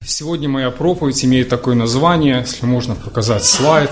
Сегодня моя проповедь имеет такое название, если можно показать слайд.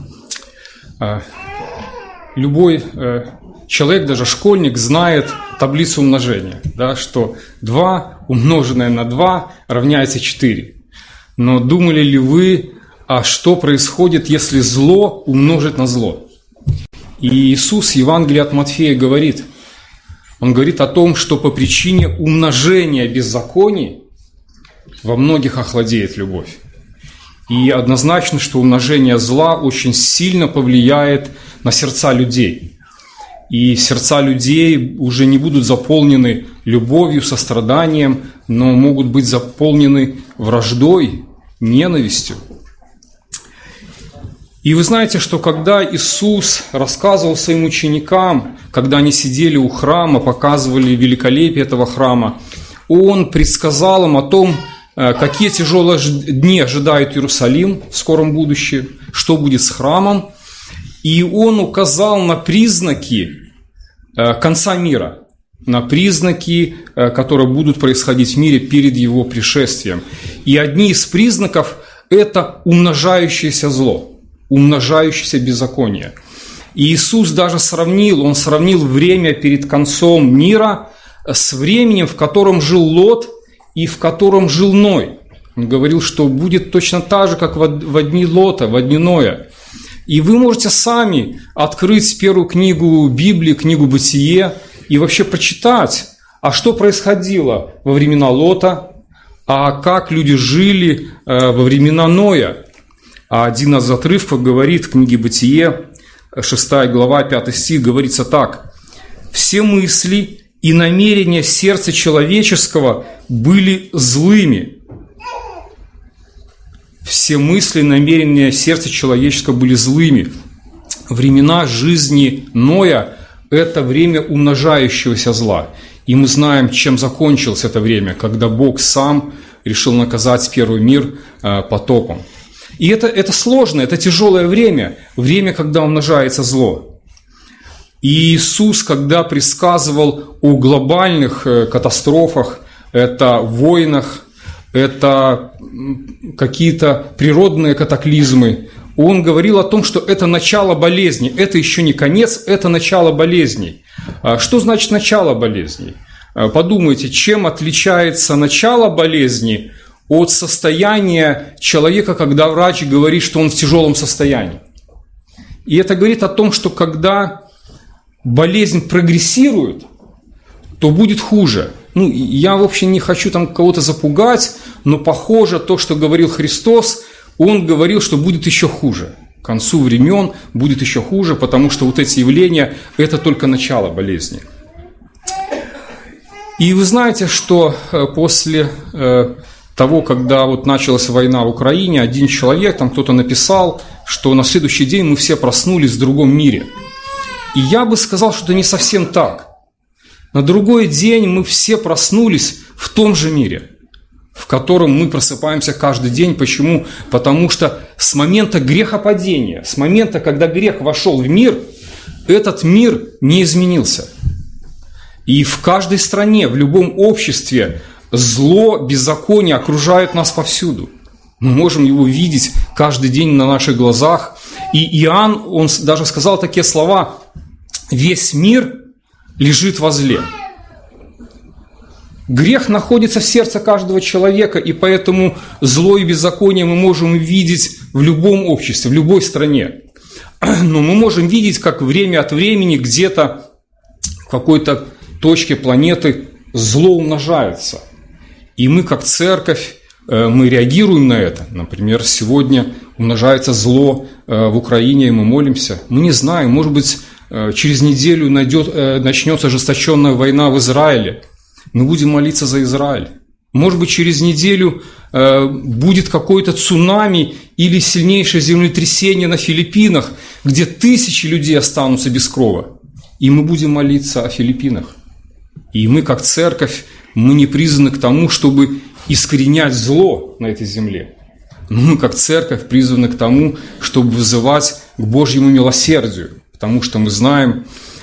Любой человек, даже школьник, знает таблицу умножения, да, что 2 умноженное на 2 равняется 4. Но думали ли вы, что происходит, если зло умножить на зло? И Иисус в Евангелии от Матфея говорит, Он говорит о том, что по причине умножения беззаконий во многих охладеет любовь. И однозначно, что умножение зла очень сильно повлияет на сердца людей. И сердца людей уже не будут заполнены любовью, состраданием, но могут быть заполнены враждой, ненавистью. И вы знаете, что когда Иисус рассказывал своим ученикам, когда они сидели у храма, показывали великолепие этого храма, Он предсказал им о том, какие тяжелые дни ожидают Иерусалим в скором будущем, что будет с храмом. И Он указал на признаки конца мира, на признаки, которые будут происходить в мире перед Его пришествием. И одни из признаков – это умножающееся зло, умножающееся беззаконие. И Иисус даже сравнил время перед концом мира с временем, в котором жил Лот и в котором жил Ной. Он говорил, что будет точно так же, как в дни Лота, в дни Ноя. И вы можете сами открыть первую книгу Библии, книгу «Бытие», и вообще прочитать, что происходило во времена Лота, как люди жили во времена Ноя. Один из отрывков говорит в книге «Бытие», 6 глава, 5 стих, говорится так. «Все мысли и намерения сердца человеческого были злыми». Все мысли и намерения сердца человеческого были злыми. Времена жизни Ноя – это время умножающегося зла. И мы знаем, чем закончилось это время, когда Бог сам решил наказать первый мир потопом. И это сложное, это тяжелое время, когда умножается зло. И Иисус, когда предсказывал о глобальных катастрофах, это войнах, это какие-то природные катаклизмы, Он говорил о том, что это начало болезни, это еще не конец, это начало болезней. Что значит начало болезней? Подумайте, чем отличается начало болезни от состояния человека, когда врач говорит, что он в тяжелом состоянии. И это говорит о том, что когда болезнь прогрессирует, то будет хуже. Я вообще не хочу кого-то запугать, но похоже то, что говорил Христос, Он говорил, что будет еще хуже. К концу времен будет еще хуже, потому что вот эти явления – это только начало болезни. И вы знаете, что после того, когда началась война в Украине, один человек, кто-то написал, что на следующий день мы все проснулись в другом мире. И я бы сказал, что это не совсем так. На другой день мы все проснулись в том же мире, в котором мы просыпаемся каждый день. Почему? Потому что с момента грехопадения, с момента, когда грех вошел в мир, этот мир не изменился. И в каждой стране, в любом обществе зло, беззаконие окружают нас повсюду. Мы можем его видеть каждый день на наших глазах. И Иоанн, он даже сказал такие слова: «Весь мир лежит во зле». Грех находится в сердце каждого человека, и поэтому зло и беззаконие мы можем видеть в любом обществе, в любой стране. Но мы можем видеть, как время от времени где-то в какой-то точке планеты зло умножается. И мы, как церковь, мы реагируем на это. Например, сегодня умножается зло в Украине, и мы молимся. Мы не знаем, может быть, через неделю начнется ожесточенная война в Израиле. Мы будем молиться за Израиль. Может быть, через неделю будет какое-то цунами или сильнейшее землетрясение на Филиппинах, где тысячи людей останутся без крова. И мы будем молиться о Филиппинах. И мы, как церковь, мы не призваны к тому, чтобы искоренять зло на этой земле. Но мы, как церковь, призваны к тому, чтобы вызывать к Божьему милосердию. Потому что мы знаем,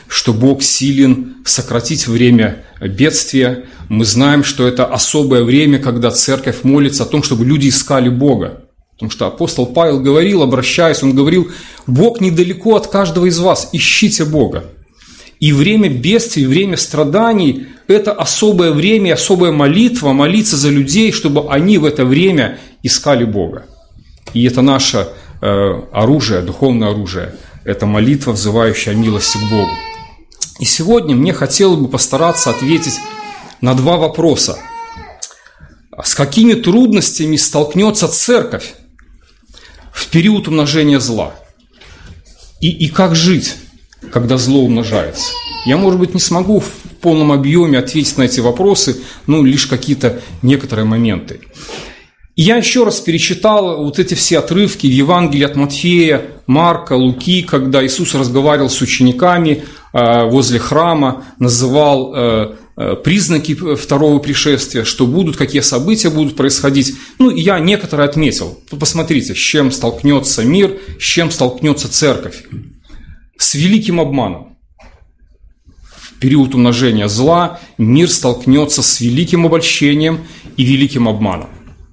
что Бог силен сократить время бедствия. Мы знаем, что это особое время, когда церковь молится о том, чтобы люди искали Бога. Потому что апостол Павел говорил, обращаясь, он говорил: Бог недалеко от каждого из вас, ищите Бога. И время бедствий, время страданий – это особое время, особая молитва, молиться за людей, чтобы они в это время искали Бога. И это наше оружие, духовное оружие. Это молитва, взывающая о милости к Богу. И сегодня мне хотелось бы постараться ответить на два вопроса. С какими трудностями столкнется церковь в период умножения зла? И как жить, когда зло умножается? Я, может быть, не смогу в полном объеме ответить на эти вопросы, но лишь какие-то некоторые моменты. И я еще раз перечитал вот эти все отрывки в Евангелии от Матфея, Марка, Луки, когда Иисус разговаривал с учениками возле храма, называл признаки второго пришествия, что будут, какие события будут происходить. И я некоторые отметил. Посмотрите, с чем столкнется мир, с чем столкнется церковь. С великим обманом. В период умножения зла мир столкнется с великим обольщением и великим обманом.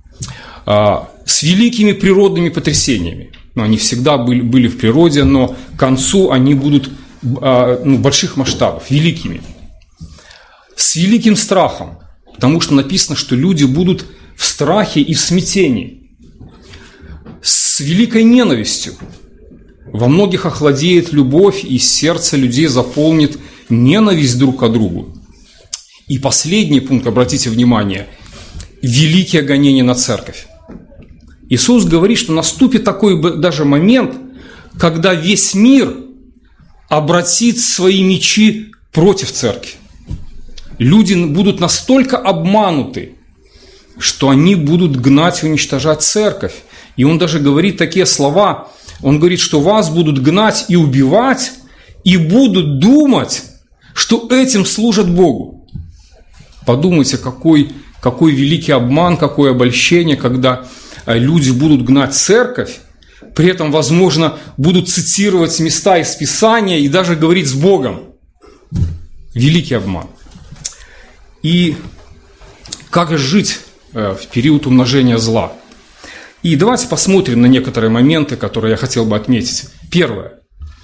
С великими природными потрясениями. Они всегда были в природе, но к концу они будут больших масштабов, великими. С великим страхом, потому что написано, что люди будут в страхе и в смятении. С великой ненавистью. Во многих охладеет любовь, и сердце людей заполнит ненависть друг к другу. И последний пункт, обратите внимание, великие гонения на церковь. Иисус говорит, что наступит такой даже момент, когда весь мир обратит свои мечи против церкви. Люди будут настолько обмануты, что они будут гнать и уничтожать церковь. И он даже говорит такие слова. Он говорит, что вас будут гнать и убивать, и будут думать, что этим служат Богу. Подумайте, какой великий обман, какое обольщение, когда люди будут гнать церковь, при этом, возможно, будут цитировать места из Писания и даже говорить с Богом. Великий обман. И как жить в период умножения зла? И давайте посмотрим на некоторые моменты, которые я хотел бы отметить. Первое.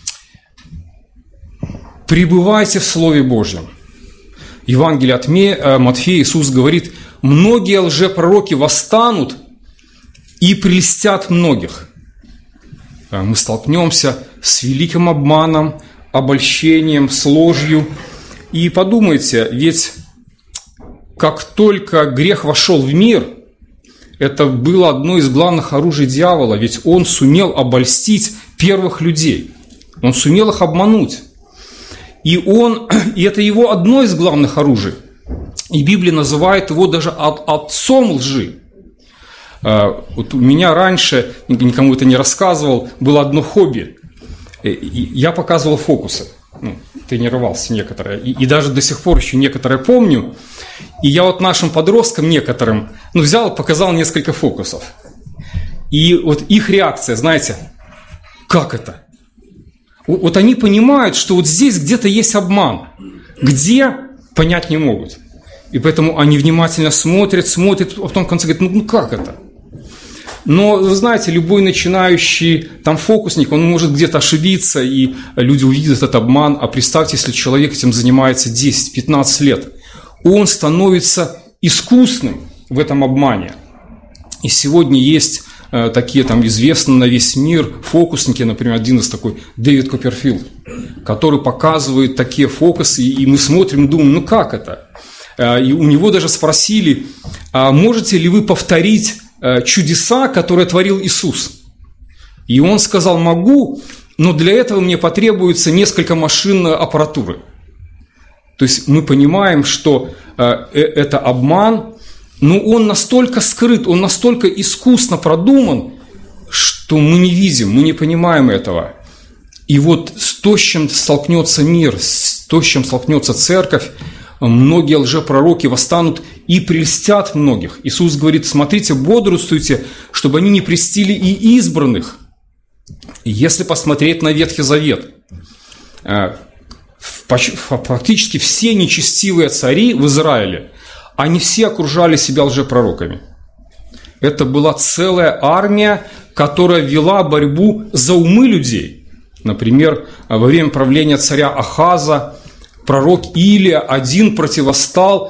Пребывайте в Слове Божьем. Евангелие от Матфея Иисус говорит: многие лжепророки восстанут и прельстят многих. Мы столкнемся с великим обманом, обольщением, с ложью. И подумайте, ведь как только грех вошел в мир, это было одно из главных оружий дьявола, ведь он сумел обольстить первых людей. Он сумел их обмануть. И это его одно из главных оружий. И Библия называет его даже отцом лжи. Вот у меня раньше, никому это не рассказывал, было одно хобби. Я показывал фокусы. Тренировался некоторые. И даже до сих пор еще некоторые помню. И я вот нашим подросткам некоторым взял и показал несколько фокусов. И вот их реакция, знаете, как это? Вот они понимают, что вот здесь где-то есть обман. Где? Понять не могут. И поэтому они внимательно смотрят, а потом в конце говорят: как это? Но, вы знаете, любой начинающий фокусник, он может где-то ошибиться, и люди увидят этот обман. А представьте, если человек этим занимается 10-15 лет, он становится искусным в этом обмане. И сегодня есть такие известные на весь мир фокусники, например, один из такой Дэвид Копперфилд, который показывает такие фокусы, и мы смотрим и думаем: как это? И у него даже спросили: можете ли вы повторить чудеса, которые творил Иисус? И он сказал: могу, но для этого мне потребуется несколько машин аппаратуры. То есть мы понимаем, что это обман, но он настолько скрыт, он настолько искусно продуман, что мы не видим, мы не понимаем этого. И вот то, с чем столкнется мир, то, с чем столкнется церковь, многие лжепророки восстанут и прельстят многих. Иисус говорит: смотрите, бодрствуйте, чтобы они не прельстили и избранных. Если посмотреть на Ветхий Завет, фактически все нечестивые цари в Израиле, они все окружали себя лжепророками. Это была целая армия, которая вела борьбу за умы людей. Например, во время правления царя Ахаза пророк Илия один противостал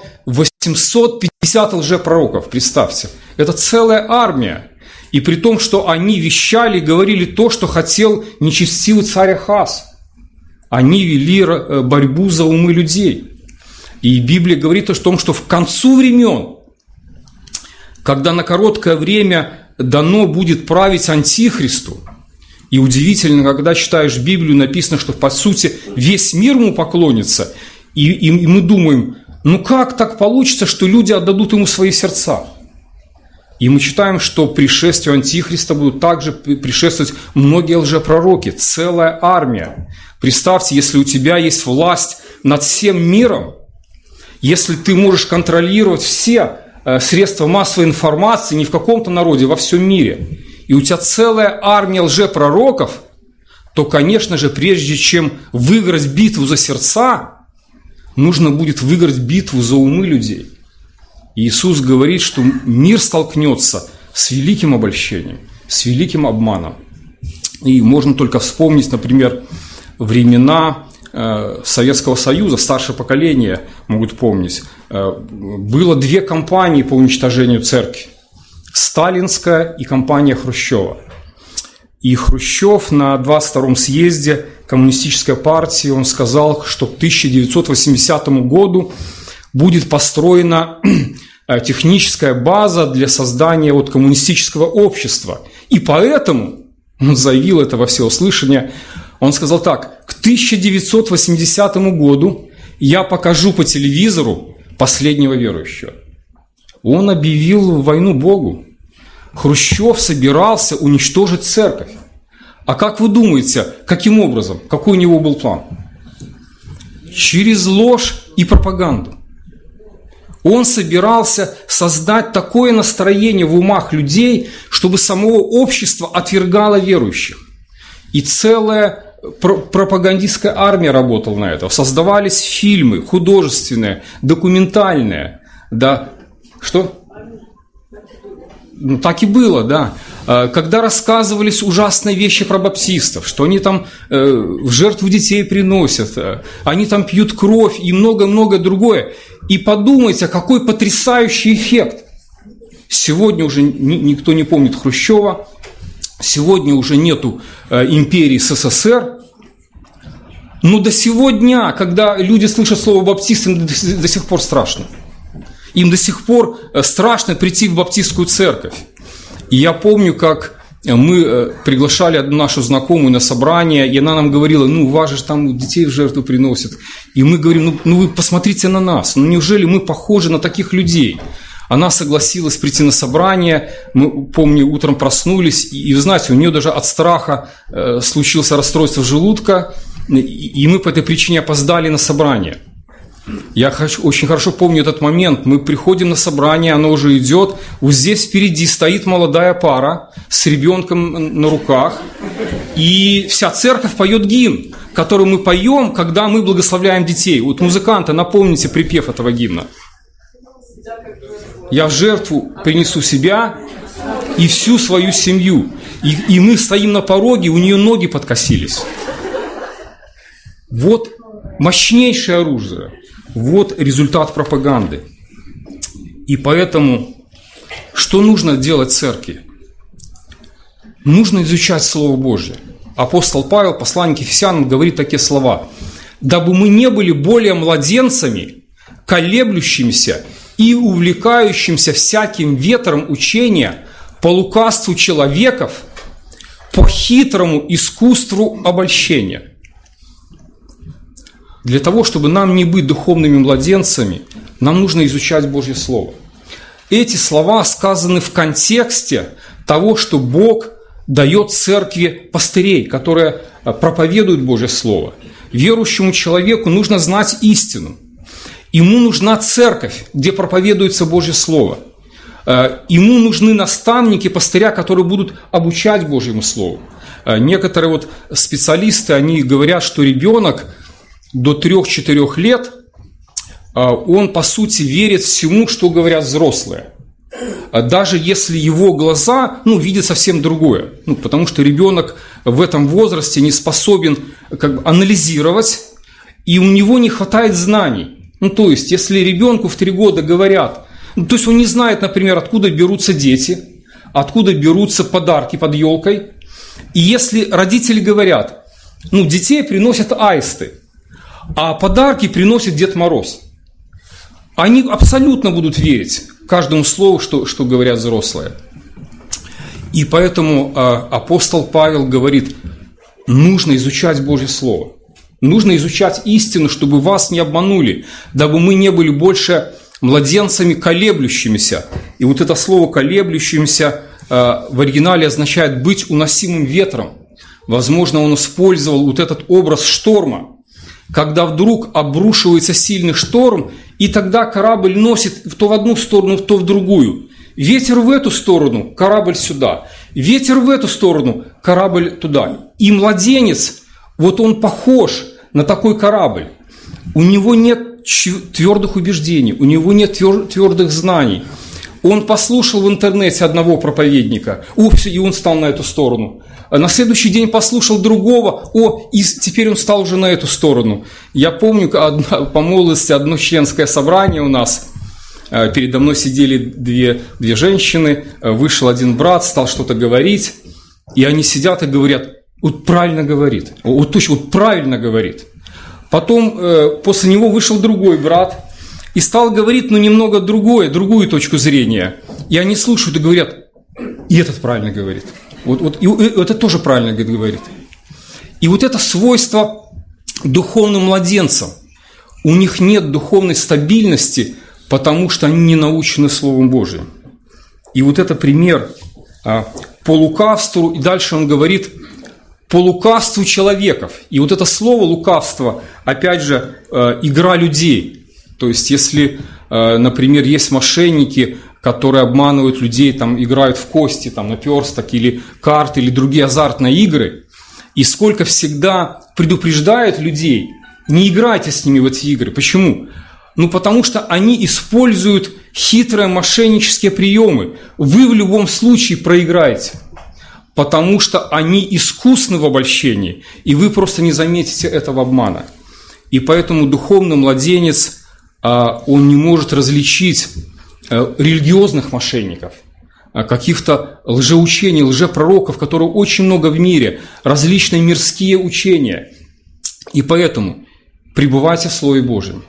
850 лжепророков, представьте. Это целая армия. И при том, что они вещали, говорили то, что хотел нечестивый царь Ахаз. Они вели борьбу за умы людей. И Библия говорит о том, что в концу времен, когда на короткое время дано будет править Антихристу, и удивительно, когда читаешь Библию, написано, что по сути весь мир ему поклонится, и мы думаем, ну как так получится, что люди отдадут ему свои сердца? И мы читаем, что пришествию Антихриста будут также пришествовать многие лжепророки, целая армия. Представьте, если у тебя есть власть над всем миром, если ты можешь контролировать все средства массовой информации не в каком-то народе, во всем мире, и у тебя целая армия лжепророков, то, конечно же, прежде чем выиграть битву за сердца, нужно будет выиграть битву за умы людей. И Иисус говорит, что мир столкнется с великим обольщением, с великим обманом. И можно только вспомнить, например, времена Советского Союза, старшее поколение могут помнить. Было две кампании по уничтожению церкви. Сталинская и кампания Хрущева. И Хрущев на 22-м съезде Коммунистической партии, он сказал, что к 1980 году будет построена техническая база для создания коммунистического общества. И поэтому, он заявил это во всеуслышание, он сказал так: к 1980 году я покажу по телевизору последнего верующего. Он объявил войну Богу. Хрущев собирался уничтожить церковь. А как вы думаете, каким образом? Какой у него был план? Через ложь и пропаганду. Он собирался создать такое настроение в умах людей, чтобы само общество отвергало верующих. И целая пропагандистская армия работала на это. Создавались фильмы художественные, документальные. Да. Что? Ну, так и было, да. Когда рассказывались ужасные вещи про баптистов, что они там в жертву детей приносят, они там пьют кровь и много-много другое. И подумайте, какой потрясающий эффект. Сегодня уже никто не помнит Хрущева, сегодня уже нету империи СССР. Но до сего дня, когда люди слышат слово баптист, им до сих пор страшно. Им до сих пор страшно прийти в баптистскую церковь. И я помню, как мы приглашали одну нашу знакомую на собрание, и она нам говорила: ну, у вас же там детей в жертву приносят. И мы говорим: ну вы посмотрите на нас, ну неужели мы похожи на таких людей? Она согласилась прийти на собрание, мы, помню, утром проснулись, и вы знаете, у нее даже от страха случилось расстройство желудка, и мы по этой причине опоздали на собрание. Я очень хорошо помню этот момент. Мы приходим на собрание, оно уже идет. Вот здесь впереди стоит молодая пара с ребенком на руках. И вся церковь поет гимн, который мы поем, когда мы благословляем детей. Вот музыканты, напомните припев этого гимна. Я в жертву принесу себя и всю свою семью. И мы стоим на пороге, у нее ноги подкосились. Вот мощнейшее оружие. Вот результат пропаганды. И поэтому, что нужно делать церкви? Нужно изучать Слово Божье. Апостол Павел, посланник Ефесянам, говорит такие слова: «Дабы мы не были более младенцами, колеблющимися и увлекающимся всяким ветром учения по лукавству человеков, по хитрому искусству обольщения». Для того, чтобы нам не быть духовными младенцами, нам нужно изучать Божье Слово. Эти слова сказаны в контексте того, что Бог дает церкви пастырей, которые проповедуют Божье Слово. Верующему человеку нужно знать истину. Ему нужна церковь, где проповедуется Божье Слово. Ему нужны наставники, пастыря, которые будут обучать Божьему Слову. Некоторые специалисты, они говорят, что ребенок до 3-4 лет он, по сути, верит всему, что говорят взрослые. Даже если его глаза, видят совсем другое. Потому что ребенок в этом возрасте не способен анализировать, и у него не хватает знаний. То есть, если ребенку в 3 года говорят, то есть он не знает, например, откуда берутся дети, откуда берутся подарки под елкой. И если родители говорят, детей приносят аисты, а подарки приносит Дед Мороз, они абсолютно будут верить каждому слову, что говорят взрослые. И поэтому апостол Павел говорит, нужно изучать Божье Слово. Нужно изучать истину, чтобы вас не обманули, дабы мы не были больше младенцами колеблющимися. И вот это слово «колеблющимся» в оригинале означает «быть уносимым ветром». Возможно, он использовал вот этот образ шторма, когда вдруг обрушивается сильный шторм, и тогда корабль носит то в одну сторону, то в другую. Ветер в эту сторону, корабль сюда. Ветер в эту сторону, корабль туда. И младенец, вот он похож на такой корабль. У него нет твердых убеждений, у него нет твердых знаний. Он послушал в интернете одного проповедника, и он стал на эту сторону. А на следующий день послушал другого, и теперь он стал уже на эту сторону. Я помню, по молодости одно членское собрание у нас, передо мной сидели две женщины, вышел один брат, стал что-то говорить, и они сидят и говорят, вот правильно говорит, вот точно, вот правильно говорит. Потом после него вышел другой брат и стал говорить, немного другую точку зрения. И они слушают и говорят, и этот правильно говорит. И это тоже правильно говорит. И вот это свойство духовным младенцам. У них нет духовной стабильности, потому что они не научены Словом Божиим. И вот это пример по лукавству, и дальше он говорит, по лукавству человеков. И вот это слово лукавство, опять же, игра людей. То есть, если, например, есть мошенники, которые обманывают людей, играют в кости, наперсток или карты, или другие азартные игры, и сколько всегда предупреждают людей, не играйте с ними в эти игры. Почему? Потому что они используют хитрые мошеннические приемы. Вы в любом случае проиграете, потому что они искусны в обольщении, и вы просто не заметите этого обмана. И поэтому духовный младенец, он не может различить религиозных мошенников, каких-то лжеучений, лжепророков, которых очень много в мире, различные мирские учения. И поэтому пребывайте в Слове Божьем.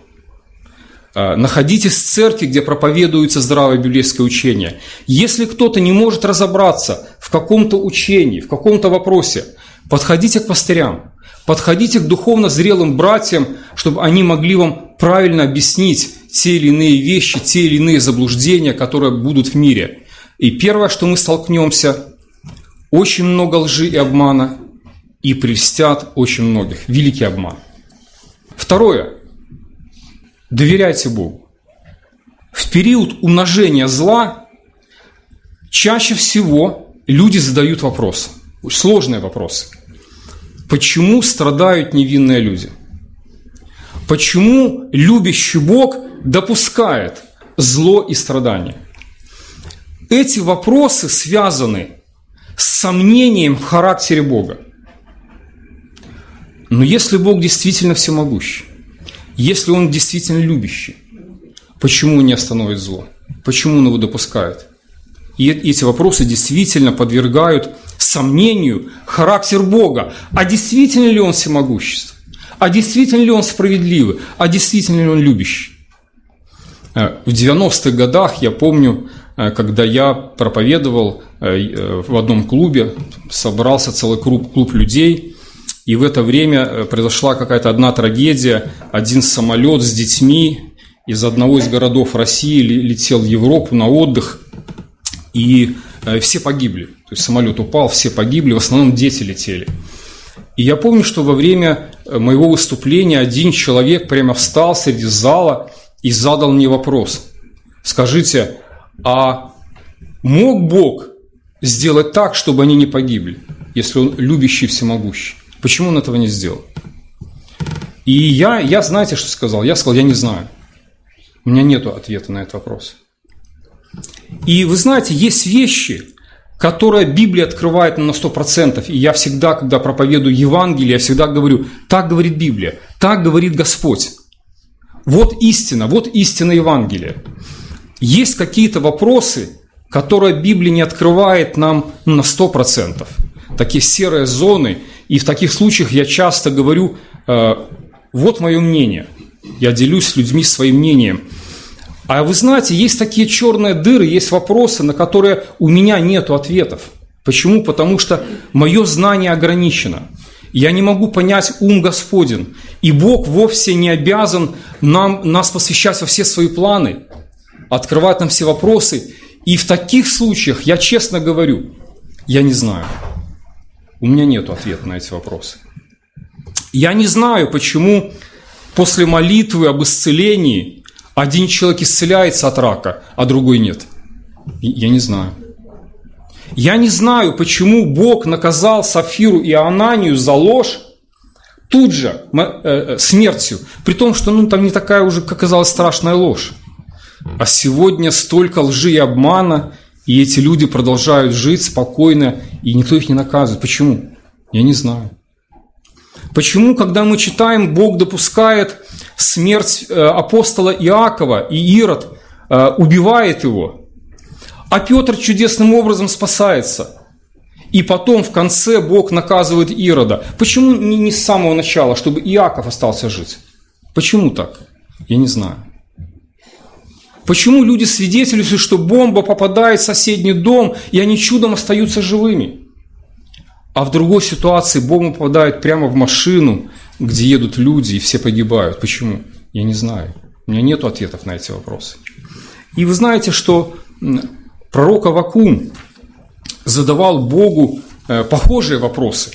Находитесь в церкви, где проповедуется здравое библейское учение. Если кто-то не может разобраться в каком-то учении, в каком-то вопросе, подходите к пастырям, подходите к духовно зрелым братьям, чтобы они могли вам правильно объяснить те или иные вещи, те или иные заблуждения, которые будут в мире. И первое, что мы столкнемся, очень много лжи и обмана, и прельстят очень многих. Великий обман. Второе. Доверяйте Богу. В период умножения зла чаще всего люди задают вопросы, сложные вопросы. Почему страдают невинные люди? Почему любящий Бог допускает зло и страдания? Эти вопросы связаны с сомнением в характере Бога. Но если Бог действительно всемогущий, если Он действительно любящий, почему Он не остановит зло? Почему Он его допускает? И эти вопросы действительно подвергают сомнению характер Бога. А действительно ли Он всемогущий? А действительно ли Он справедливый? А действительно ли Он любящий? В 90-х годах, я помню, когда я проповедовал в одном клубе, собрался целый клуб людей, и в это время произошла какая-то одна трагедия. Один самолет с детьми из одного из городов России летел в Европу на отдых, и все погибли. То есть самолет упал, все погибли, в основном дети летели. И я помню, что во время моего выступления один человек прямо встал среди зала и задал мне вопрос. Скажите, а мог Бог сделать так, чтобы они не погибли, если Он любящий и всемогущий? Почему Он этого не сделал? И я знаете, что сказал? Я сказал, я не знаю. У меня нет ответа на этот вопрос. И вы знаете, есть вещи, которые Библия открывает на 100%. И я всегда, когда проповедую Евангелие, я всегда говорю, так говорит Библия, так говорит Господь. Вот истина Евангелия. Есть какие-то вопросы, которые Библия не открывает нам на 100%. Такие серые зоны. И в таких случаях я часто говорю, вот мое мнение. Я делюсь с людьми своим мнением. А вы знаете, есть такие черные дыры, есть вопросы, на которые у меня нет ответов. Почему? Потому что мое знание ограничено. Я не могу понять ум Господень. И Бог вовсе не обязан нас посвящать во все свои планы, открывать нам все вопросы. И в таких случаях, я честно говорю, я не знаю. У меня нет ответа на эти вопросы. Я не знаю, почему после молитвы об исцелении один человек исцеляется от рака, а другой нет. Я не знаю. Я не знаю, почему Бог наказал Сафиру и Ананию за ложь тут же смертью, при том, что там не такая уже, как оказалось, страшная ложь. А сегодня столько лжи и обмана, и эти люди продолжают жить спокойно, и никто их не наказывает. Почему? Я не знаю. Почему, когда мы читаем, Бог допускает смерть апостола Иакова, и Ирод убивает его, а Петр чудесным образом спасается. И потом в конце Бог наказывает Ирода. Почему не с самого начала, чтобы Иаков остался жить? Почему так? Я не знаю. Почему люди свидетельствуют, что бомба попадает в соседний дом, и они чудом остаются живыми? А в другой ситуации бомба попадает прямо в машину, где едут люди, и все погибают. Почему? Я не знаю. У меня нет ответов на эти вопросы. И вы знаете, что пророк Аввакум задавал Богу похожие вопросы.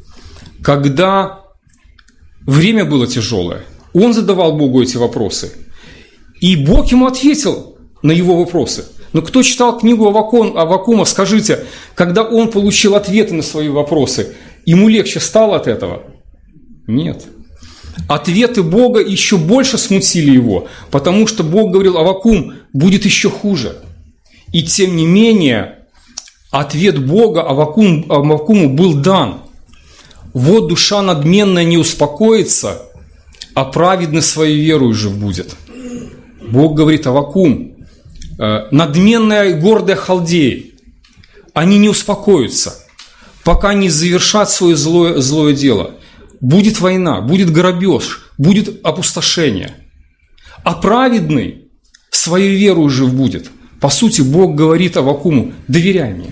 Когда время было тяжелое, он задавал Богу эти вопросы. И Бог ему ответил на его вопросы. Но кто читал книгу Аввакума, скажите, когда он получил ответы на свои вопросы, ему легче стало от этого? Нет. Ответы Бога еще больше смутили его, потому что Бог говорил: Аввакум, будет еще хуже. И тем не менее, ответ Бога Аввакуму был дан. Вот душа надменная не успокоится, а праведный своей верою жив будет. Бог говорит: Аввакум, надменная и гордая халдеи, они не успокоятся, пока не завершат свое злое дело. Будет война, будет грабеж, будет опустошение. А праведный своей верою жив будет. По сути, Бог говорит Аввакуму: доверяй мне.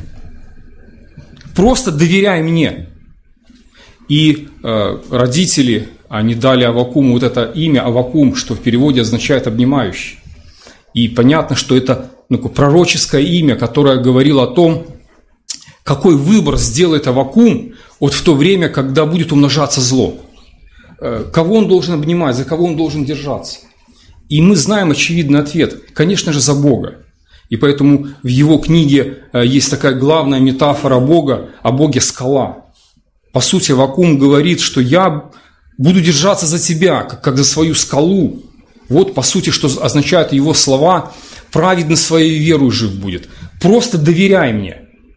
Просто доверяй мне. И родители, они дали Аввакуму вот это имя Аввакум, что в переводе означает «обнимающий». И понятно, что это пророческое имя, которое говорило о том, какой выбор сделает Аввакум вот в то время, когда будет умножаться зло. Кого он должен обнимать, за кого он должен держаться. И мы знаем очевидный ответ, конечно же, за Бога. И поэтому в его книге есть такая главная метафора Бога, о Боге скала. По сути, Аввакум говорит, что я буду держаться за тебя, как за свою скалу. Вот, по сути, что означают его слова: праведный своей верою жив будет. Просто доверяй мне.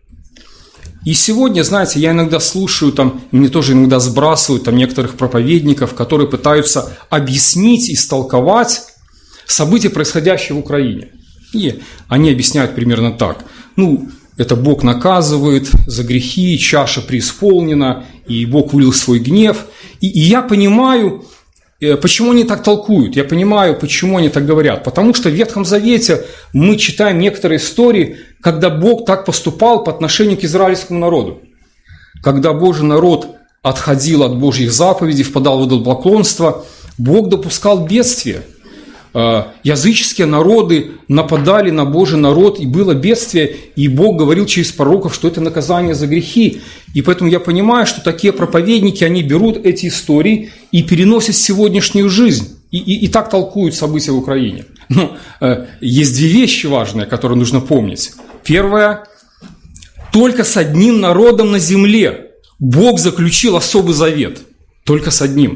И сегодня, знаете, я иногда слушаю, мне тоже иногда сбрасывают некоторых проповедников, которые пытаются объяснить, истолковать события, происходящие в Украине. И они объясняют примерно так. Это Бог наказывает за грехи, чаша преисполнена, и Бог вылил свой гнев. И я понимаю, почему они так толкуют, я понимаю, почему они так говорят. Потому что в Ветхом Завете мы читаем некоторые истории, когда Бог так поступал по отношению к израильскому народу. Когда Божий народ отходил от Божьих заповедей, впадал в идолопоклонство, Бог допускал бедствия. Языческие народы нападали на Божий народ, и было бедствие, и Бог говорил через пророков, что это наказание за грехи. И поэтому я понимаю, что такие проповедники, они берут эти истории и переносят в сегодняшнюю жизнь. И так толкуют события в Украине. Но есть две вещи важные, которые нужно помнить. Первое: только с одним народом на земле Бог заключил особый завет. Только с одним.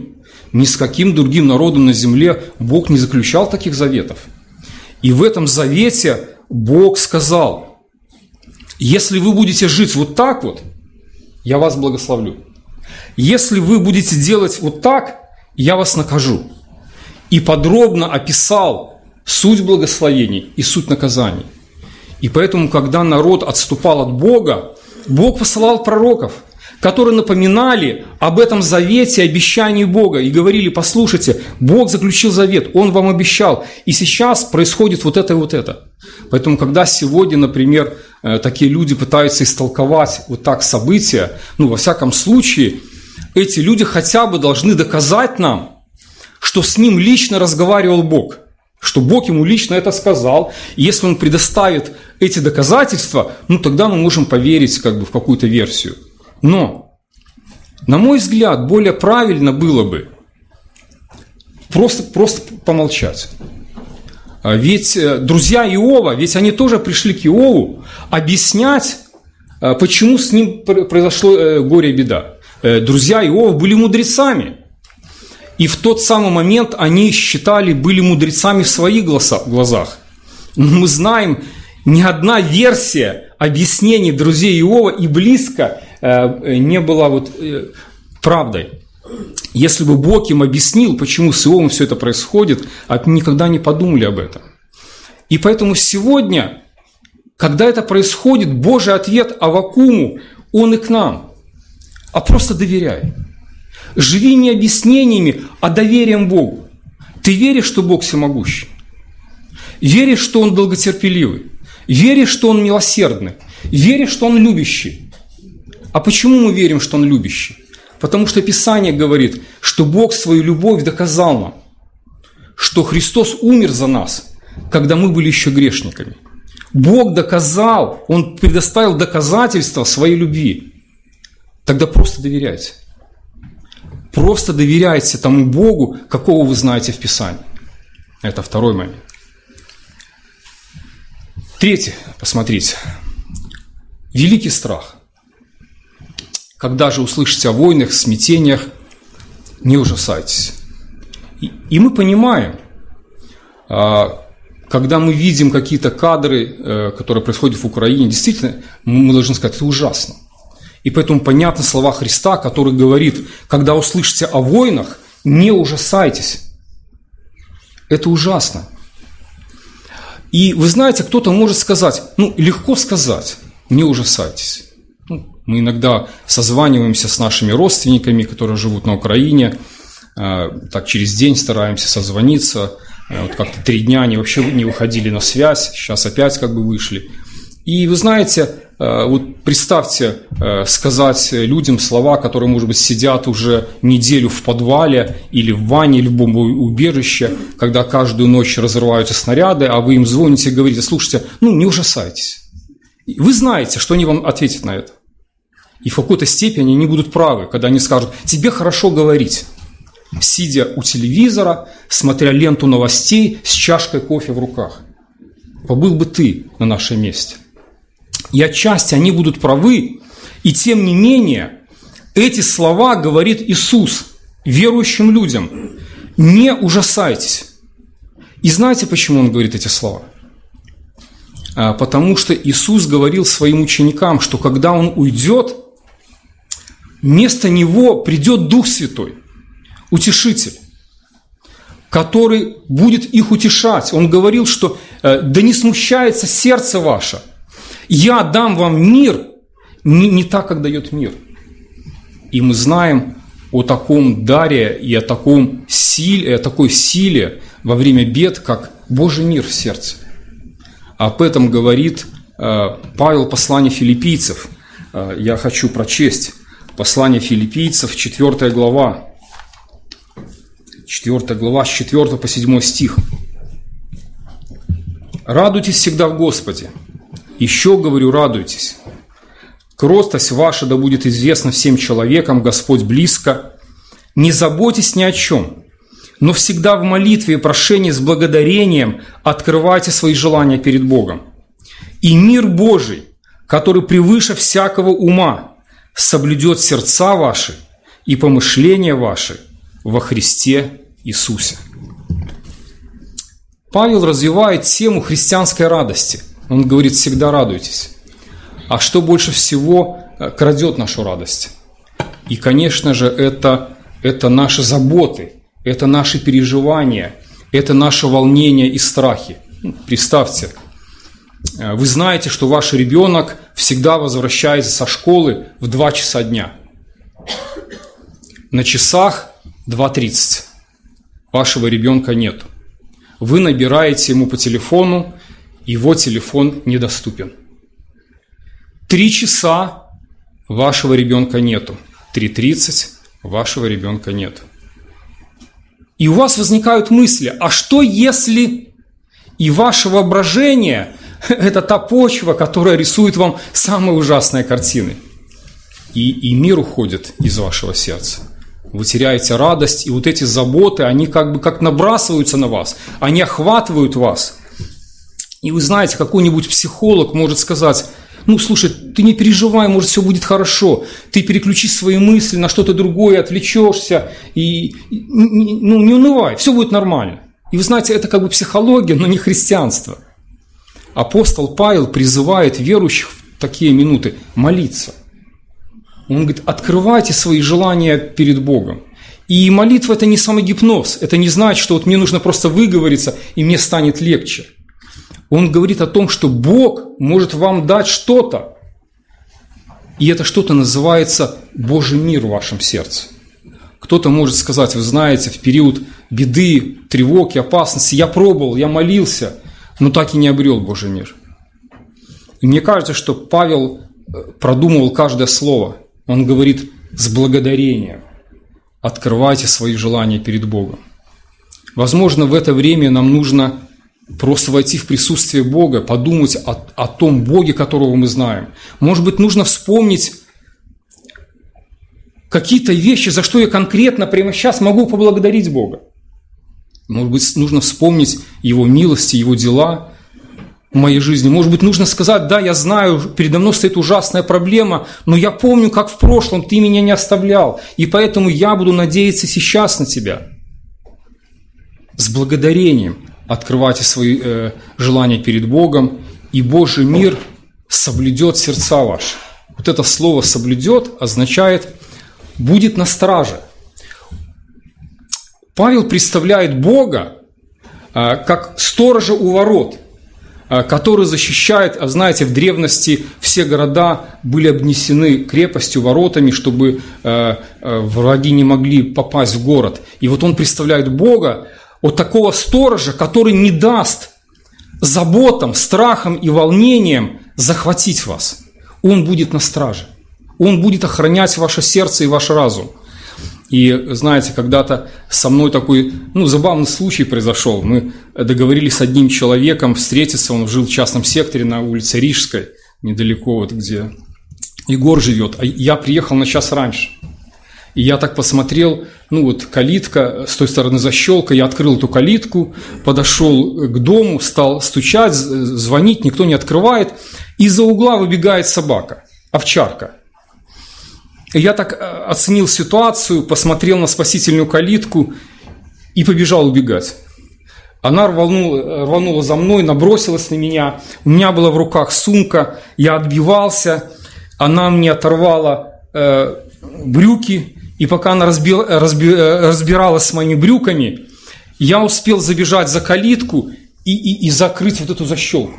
Ни с каким другим народом на земле Бог не заключал таких заветов. И в этом завете Бог сказал: если вы будете жить вот так вот, я вас благословлю. Если вы будете делать вот так, я вас накажу. И подробно описал суть благословений и суть наказаний. И поэтому, когда народ отступал от Бога, Бог посылал пророков, которые напоминали об этом завете, обещании Бога, и говорили: послушайте, Бог заключил завет, Он вам обещал, и сейчас происходит вот это и вот это. Поэтому, когда сегодня, например, такие люди пытаются истолковать вот так события, во всяком случае, эти люди хотя бы должны доказать нам, что с ним лично разговаривал Бог, что Бог ему лично это сказал. И если он предоставит эти доказательства, тогда мы можем поверить в какую-то версию. Но, на мой взгляд, более правильно было бы просто помолчать. Ведь друзья Иова, ведь они тоже пришли к Иову объяснять, почему с ним произошло горе и беда. Друзья Иова были мудрецами. И в тот самый момент они были мудрецами в своих глазах. Но мы знаем, ни одна версия объяснений друзей Иова и близко не была правдой. Если бы Бог им объяснил, почему с Иовом все это происходит, они никогда не подумали об этом. И поэтому сегодня, когда это происходит, Божий ответ Аввакуму, он и к нам. А просто доверяй. Живи не объяснениями, а доверием Богу. Ты веришь, что Бог всемогущий? Веришь, что Он долготерпеливый? Веришь, что Он милосердный? Веришь, что Он любящий? А почему мы верим, что Он любящий? Потому что Писание говорит, что Бог свою любовь доказал нам, что Христос умер за нас, когда мы были еще грешниками. Бог доказал, Он предоставил доказательства своей любви. Тогда просто доверяйте. Просто доверяйте тому Богу, какого вы знаете в Писании. Это второй момент. Третий, посмотрите. Великий страх. Когда же услышите о войнах, смятениях, не ужасайтесь. И мы понимаем, когда мы видим какие-то кадры, которые происходят в Украине, действительно, мы должны сказать, это ужасно. И поэтому понятны слова Христа, который говорит: когда услышите о войнах, не ужасайтесь. Это ужасно. И вы знаете, кто-то может сказать, легко сказать, не ужасайтесь. Мы иногда созваниваемся с нашими родственниками, которые живут на Украине, так через день стараемся созвониться. Как-то 3 дня они вообще не выходили на связь, сейчас опять вышли. И вы знаете, представьте, сказать людям слова, которые, может быть, сидят уже неделю в подвале или в ванне, или в бомбоубежище, когда каждую ночь разрываются снаряды, а вы им звоните и говорите: слушайте, не ужасайтесь. Вы знаете, что они вам ответят на это. И в какой-то степени они будут правы, когда они скажут: тебе хорошо говорить, сидя у телевизора, смотря ленту новостей с чашкой кофе в руках. Побыл бы ты на нашем месте. И отчасти они будут правы, и тем не менее, эти слова говорит Иисус верующим людям: не ужасайтесь. И знаете, почему Он говорит эти слова? Потому что Иисус говорил своим ученикам, что когда Он уйдет, вместо Него придет Дух Святой, Утешитель, который будет их утешать. Он говорил, что да не смущается сердце ваше, я дам вам мир, не так, как дает мир. И мы знаем о таком даре и о такой силе во время бед, как Божий мир в сердце. Об этом говорит Павел в послании Филиппийцев. Я хочу прочесть послание Филиппийцев, 4 глава. 4 глава, с 4 по 7 стих. «Радуйтесь всегда в Господе. Еще говорю, радуйтесь. Кротость ваша да будет известна всем человекам, Господь близко. Не заботьтесь ни о чем, но всегда в молитве и прошении с благодарением открывайте свои желания перед Богом. И мир Божий, который превыше всякого ума, соблюдет сердца ваши и помышления ваши во Христе Иисусе. Павел развивает тему христианской радости. Он говорит: всегда радуйтесь. А что больше всего крадет нашу радость? И, конечно же, это наши заботы, это наши переживания, это наше волнение и страхи. Представьте, вы знаете, что ваш ребенок всегда возвращается со школы в 2 часа дня. На часах 2:30. Вашего ребенка нет. Вы набираете ему по телефону, его телефон недоступен. 3 часа вашего ребенка нету. 3:30 вашего ребенка нет. И у вас возникают мысли: а что если и ваше воображение – это та почва, которая рисует вам самые ужасные картины? И мир уходит из вашего сердца. Вы теряете радость, и вот эти заботы, они как набрасываются на вас, они охватывают вас. И вы знаете, какой-нибудь психолог может сказать: ну, слушай, ты не переживай, может, все будет хорошо. Ты переключи свои мысли на что-то другое, отвлечешься, и не унывай, все будет нормально. И вы знаете, это как бы психология, но не христианство. Апостол Павел призывает верующих в такие минуты молиться. Он говорит: открывайте свои желания перед Богом. И молитва – это не самогипноз, это не значит, что вот мне нужно просто выговориться, и мне станет легче. Он говорит о том, что Бог может вам дать что-то, и это что-то называется Божий мир в вашем сердце. Кто-то может сказать: вы знаете, в период беды, тревоги, опасности я пробовал, я молился, но так и не обрел Божий мир. И мне кажется, что Павел продумывал каждое слово. Он говорит: с благодарением открывайте свои желания перед Богом. Возможно, в это время нам нужно просто войти в присутствие Бога, подумать о том Боге, которого мы знаем. Может быть, нужно вспомнить какие-то вещи, за что я конкретно прямо сейчас могу поблагодарить Бога. Может быть, нужно вспомнить Его милости, Его дела в моей жизни. Может быть, нужно сказать: да, я знаю, передо мной стоит ужасная проблема, но я помню, как в прошлом Ты меня не оставлял, и поэтому я буду надеяться сейчас на Тебя. С благодарением открывайте свои желания перед Богом, и Божий мир соблюдет сердца ваши. Вот это слово «соблюдет» означает «будет на страже». Павел представляет Бога как сторожа у ворот, который защищает, знаете, в древности все города были обнесены крепостью, воротами, чтобы враги не могли попасть в город. И вот он представляет Бога, вот такого сторожа, который не даст заботам, страхам и волнениям захватить вас. Он будет на страже. Он будет охранять ваше сердце и ваш разум. И знаете, когда-то со мной такой забавный случай произошел. Мы договорились с одним человеком встретиться. Он жил в частном секторе на улице Рижской, недалеко, вот где Егор живет. А я приехал на час раньше. И я так посмотрел, калитка, с той стороны защелка, я открыл эту калитку, подошел к дому, стал стучать, звонить, никто не открывает. Из-за угла выбегает собака, овчарка. Я так оценил ситуацию, посмотрел на спасительную калитку и побежал убегать. Она рванула за мной, набросилась на меня. У меня была в руках сумка, я отбивался. Она мне оторвала брюки. И пока она разбиралась с моими брюками, я успел забежать за калитку и закрыть вот эту защелку.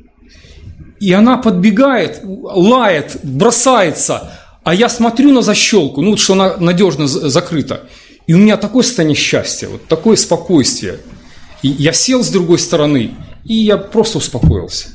И она подбегает, лает, бросается. А я смотрю на защелку, что она надежно закрыта. И у меня такое состояние счастья, вот такое спокойствие. И я сел с другой стороны, и я просто успокоился.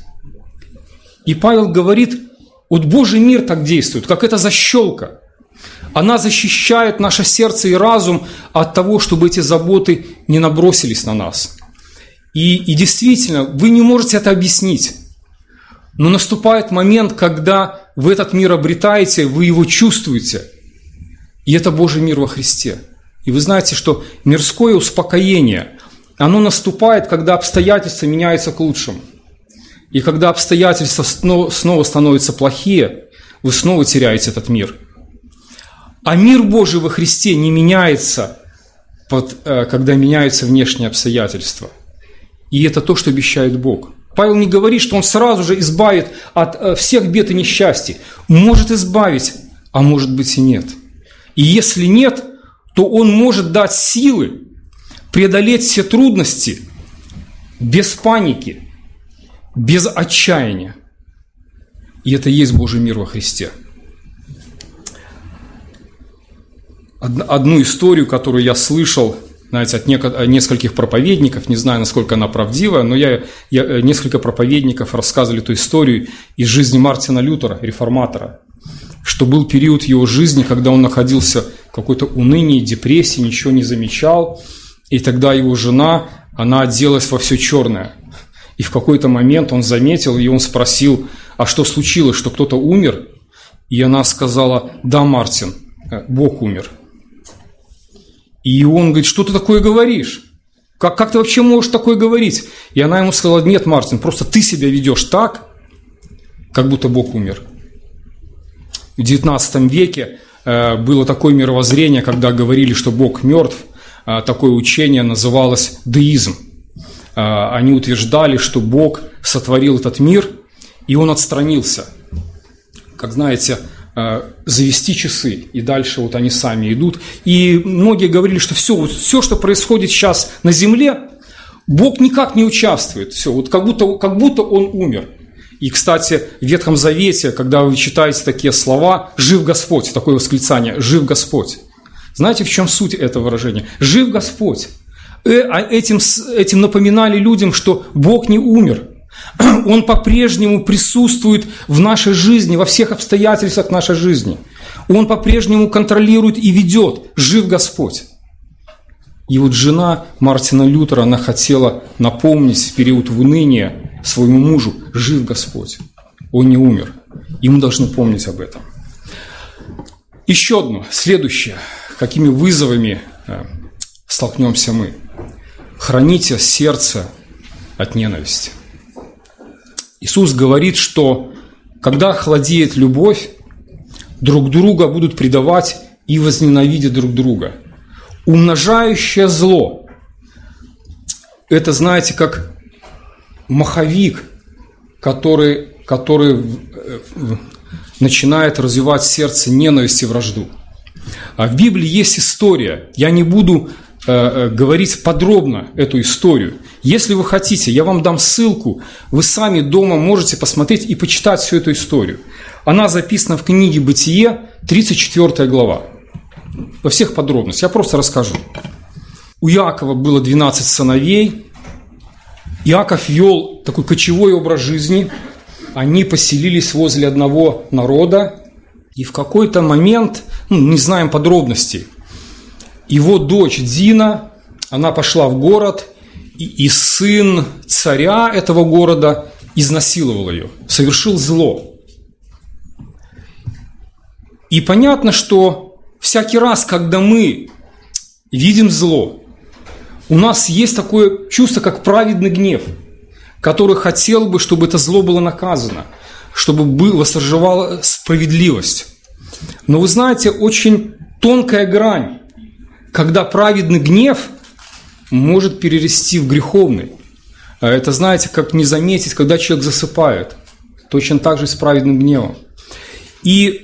И Павел говорит: вот Божий мир так действует, как эта защелка. Она защищает наше сердце и разум от того, чтобы эти заботы не набросились на нас. И действительно, вы не можете это объяснить. Но наступает момент, когда вы этот мир обретаете, вы его чувствуете. И это Божий мир во Христе. И вы знаете, что мирское успокоение, оно наступает, когда обстоятельства меняются к лучшему. И когда обстоятельства снова становятся плохие, вы снова теряете этот мир. А мир Божий во Христе не меняется когда меняются внешние обстоятельства. И это то, что обещает Бог. Павел не говорит, что он сразу же избавит от всех бед и несчастий. Может избавить, а может быть и нет. И если нет, то он может дать силы преодолеть все трудности без паники, без отчаяния. И это и есть Божий мир во Христе. Одну историю, которую я слышал, знаете, от нескольких проповедников, не знаю, насколько она правдивая, но несколько проповедников рассказывали эту историю из жизни Мартина Лютера, реформатора, что был период его жизни, когда он находился в какой-то унынии, депрессии, ничего не замечал, и тогда его жена, она оделась во все черное. И в какой-то момент он заметил, и он спросил, а что случилось, что кто-то умер? И она сказала, да, Мартин, Бог умер. И он говорит, что ты такое говоришь? Как ты вообще можешь такое говорить? И она ему сказала, нет, Мартин, просто ты себя ведешь так, как будто Бог умер. В XIX веке было такое мировоззрение, когда говорили, что Бог мертв, такое учение называлось деизм. Они утверждали, что Бог сотворил этот мир, и он отстранился. Как знаете, завести часы, и дальше вот они сами идут. И многие говорили, что все, что происходит сейчас на земле, Бог никак не участвует. Все, вот как будто он умер. И, кстати, в Ветхом Завете, когда вы читаете такие слова «Жив Господь», такое восклицание «Жив Господь». Знаете, в чем суть этого выражения? «Жив Господь». Этим напоминали людям, что Бог не умер. Он по-прежнему присутствует в нашей жизни, во всех обстоятельствах нашей жизни. Он по-прежнему контролирует и ведет. Жив Господь. И вот жена Мартина Лютера, она хотела напомнить в период уныния своему мужу: жив Господь. Он не умер. И мы должны помнить об этом. Еще одно, следующее. Какими вызовами столкнемся мы? Храните сердце от ненависти. Иисус говорит, что когда охладеет любовь, друг друга будут предавать и возненавидят друг друга. Умножающее зло – это, знаете, как маховик, который начинает развивать в сердце ненависть и вражду. А в Библии есть история. Я не буду говорить подробно эту историю. Если вы хотите, я вам дам ссылку, вы сами дома можете посмотреть и почитать всю эту историю. Она записана в книге «Бытие», 34 глава. Во всех подробностях. Я просто расскажу. У Иакова было 12 сыновей. Иаков вел такой кочевой образ жизни. Они поселились возле одного народа. И в какой-то момент, не знаем подробностей, его дочь Дина, она пошла в город, и сын царя этого города изнасиловал ее, совершил зло. И понятно, что всякий раз, когда мы видим зло, у нас есть такое чувство, как праведный гнев, который хотел бы, чтобы это зло было наказано, чтобы восторжевала справедливость. Но вы знаете, очень тонкая грань, когда праведный гнев может перерасти в греховный. Это, знаете, как не заметить, когда человек засыпает. Точно так же и с праведным гневом. И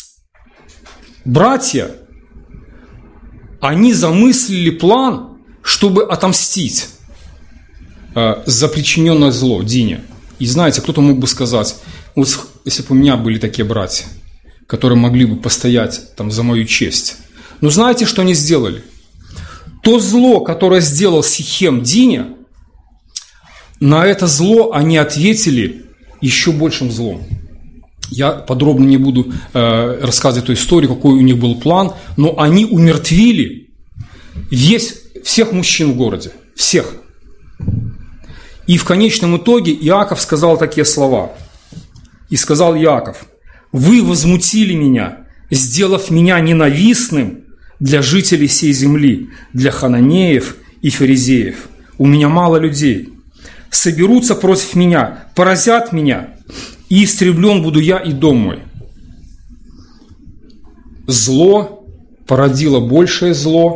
братья, они замыслили план, чтобы отомстить за причиненное зло Дине. И знаете, кто-то мог бы сказать, вот если бы у меня были такие братья, которые могли бы постоять там за мою честь. Но знаете, что они сделали? То зло, которое сделал Сихем Дине, на это зло они ответили еще большим злом. Я подробно не буду рассказывать эту историю, какой у них был план, но они умертвили всех мужчин в городе. Всех. И в конечном итоге Иаков сказал такие слова. И сказал Иаков: «Вы возмутили меня, сделав меня ненавистным для жителей сей земли, для хананеев и фаризеев. У меня мало людей. Соберутся против меня, поразят меня, и истреблен буду я и дом мой». Зло породило большее зло, и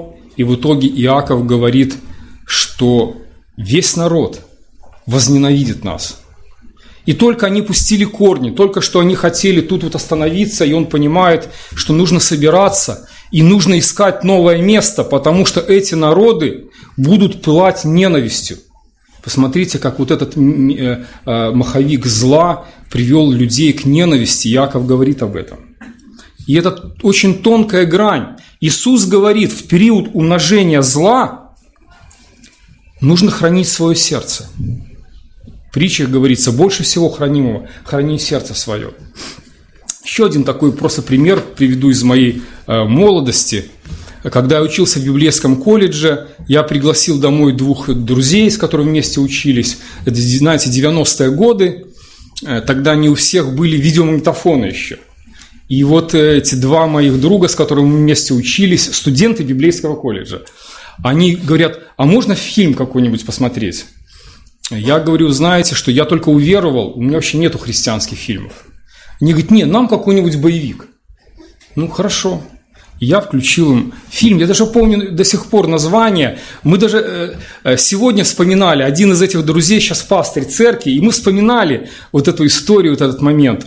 и в итоге Иаков говорит, что весь народ возненавидит нас. И только они пустили корни, только что они хотели тут вот остановиться, и он понимает, что нужно собираться и нужно искать новое место, потому что эти народы будут пылать ненавистью. Посмотрите, как вот этот маховик зла привел людей к ненависти. Иаков говорит об этом. И это очень тонкая грань. Иисус говорит, в период умножения зла нужно хранить свое сердце. В притчах говорится, больше всего хранимого храни сердце свое. Еще один такой просто пример приведу из моей молодости. Когда я учился в библейском колледже, я пригласил домой 2 друзей, с которыми вместе учились. Это, знаете, 90-е годы. Тогда не у всех были видеомагнитофоны еще. И вот эти 2 моих друга, с которыми мы вместе учились, студенты библейского колледжа, они говорят, а можно фильм какой-нибудь посмотреть? Я говорю, знаете, что я только уверовал, у меня вообще нету христианских фильмов. Они говорят, нет, нам какой-нибудь боевик. Ну, хорошо. Я включил им фильм, я даже помню до сих пор название. Мы даже сегодня вспоминали, один из этих друзей сейчас пастырь церкви, и мы вспоминали вот эту историю, вот этот момент.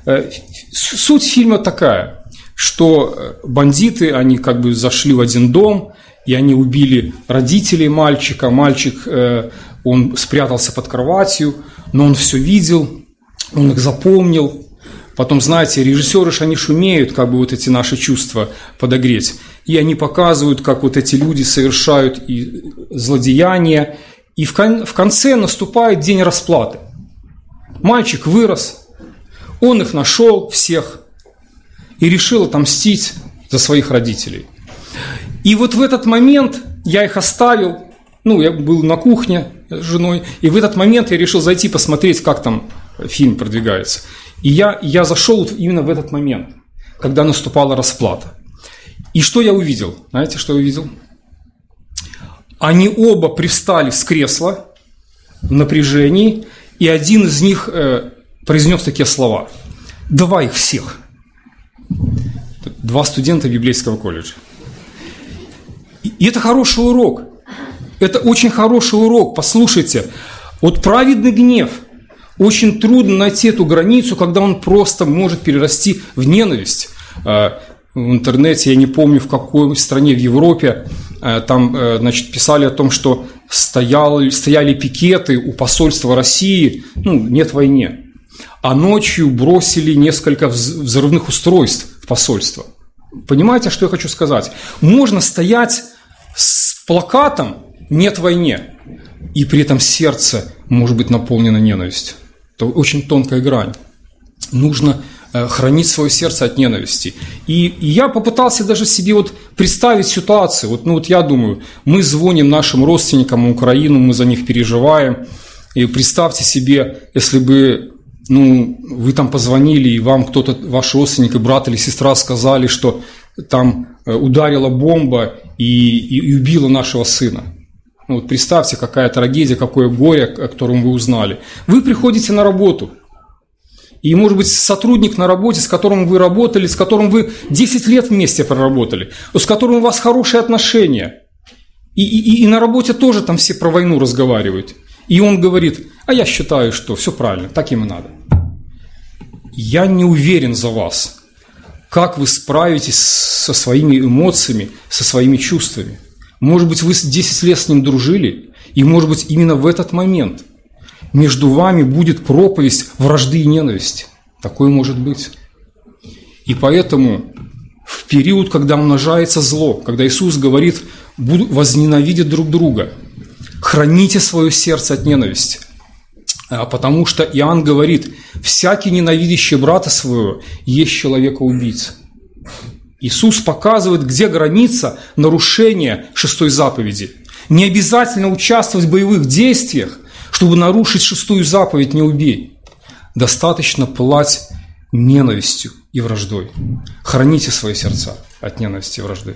Суть фильма такая, что бандиты, они как бы зашли в один дом, и они убили родителей мальчика. Мальчик, он спрятался под кроватью, но он все видел, он их запомнил. Потом, знаете, режиссеры же они шумеют, как бы вот эти наши чувства подогреть. И они показывают, как вот эти люди совершают и злодеяния. И в конце наступает день расплаты. Мальчик вырос, он их нашел всех и решил отомстить за своих родителей. И вот в этот момент я их оставил, я был на кухне с женой, и в этот момент я решил зайти посмотреть, как там фильм продвигается. И я зашел именно в этот момент, когда наступала расплата. И что я увидел? Знаете, что я увидел? Они оба привстали с кресла в напряжении, и один из них произнес такие слова: «Давай их всех». 2 студента библейского колледжа. И это хороший урок. Это очень хороший урок. Послушайте, вот праведный гнев. Очень трудно найти эту границу, когда он просто может перерасти в ненависть. В интернете, я не помню, в какой стране в Европе, там, писали о том, что стояли пикеты у посольства России, нет войны. А ночью бросили несколько взрывных устройств в посольство. Понимаете, что я хочу сказать? Можно стоять с плакатом «Нет войне», и при этом сердце может быть наполнено ненавистью. Это очень тонкая грань. Нужно хранить свое сердце от ненависти. И я попытался даже себе представить ситуацию. Я думаю, мы звоним нашим родственникам в Украину, мы за них переживаем. И представьте себе, если бы вы там позвонили, и вам кто-то, ваш родственник, брат или сестра сказали, что там ударила бомба и убила нашего сына. Представьте, какая трагедия, какое горе, о котором вы узнали. Вы приходите на работу, и, может быть, сотрудник на работе, с которым вы работали, с которым вы 10 лет вместе проработали, с которым у вас хорошие отношения, и на работе тоже там все про войну разговаривают. И он говорит: а я считаю, что все правильно, так им и надо. Я не уверен за вас, как вы справитесь со своими эмоциями, со своими чувствами. Может быть, вы 10 лет с ним дружили, и, может быть, именно в этот момент между вами будет проповедь вражды и ненависти. Такое может быть. И поэтому в период, когда умножается зло, когда Иисус говорит: возненавидят друг друга, храните свое сердце от ненависти. Потому что Иоанн говорит: всякий ненавидящий брата своего есть человека-убийца. Иисус показывает, где граница нарушения 6-й заповеди. Не обязательно участвовать в боевых действиях, чтобы нарушить 6-ю заповедь «Не убей». Достаточно пылать ненавистью и враждой. Храните свои сердца от ненависти и вражды.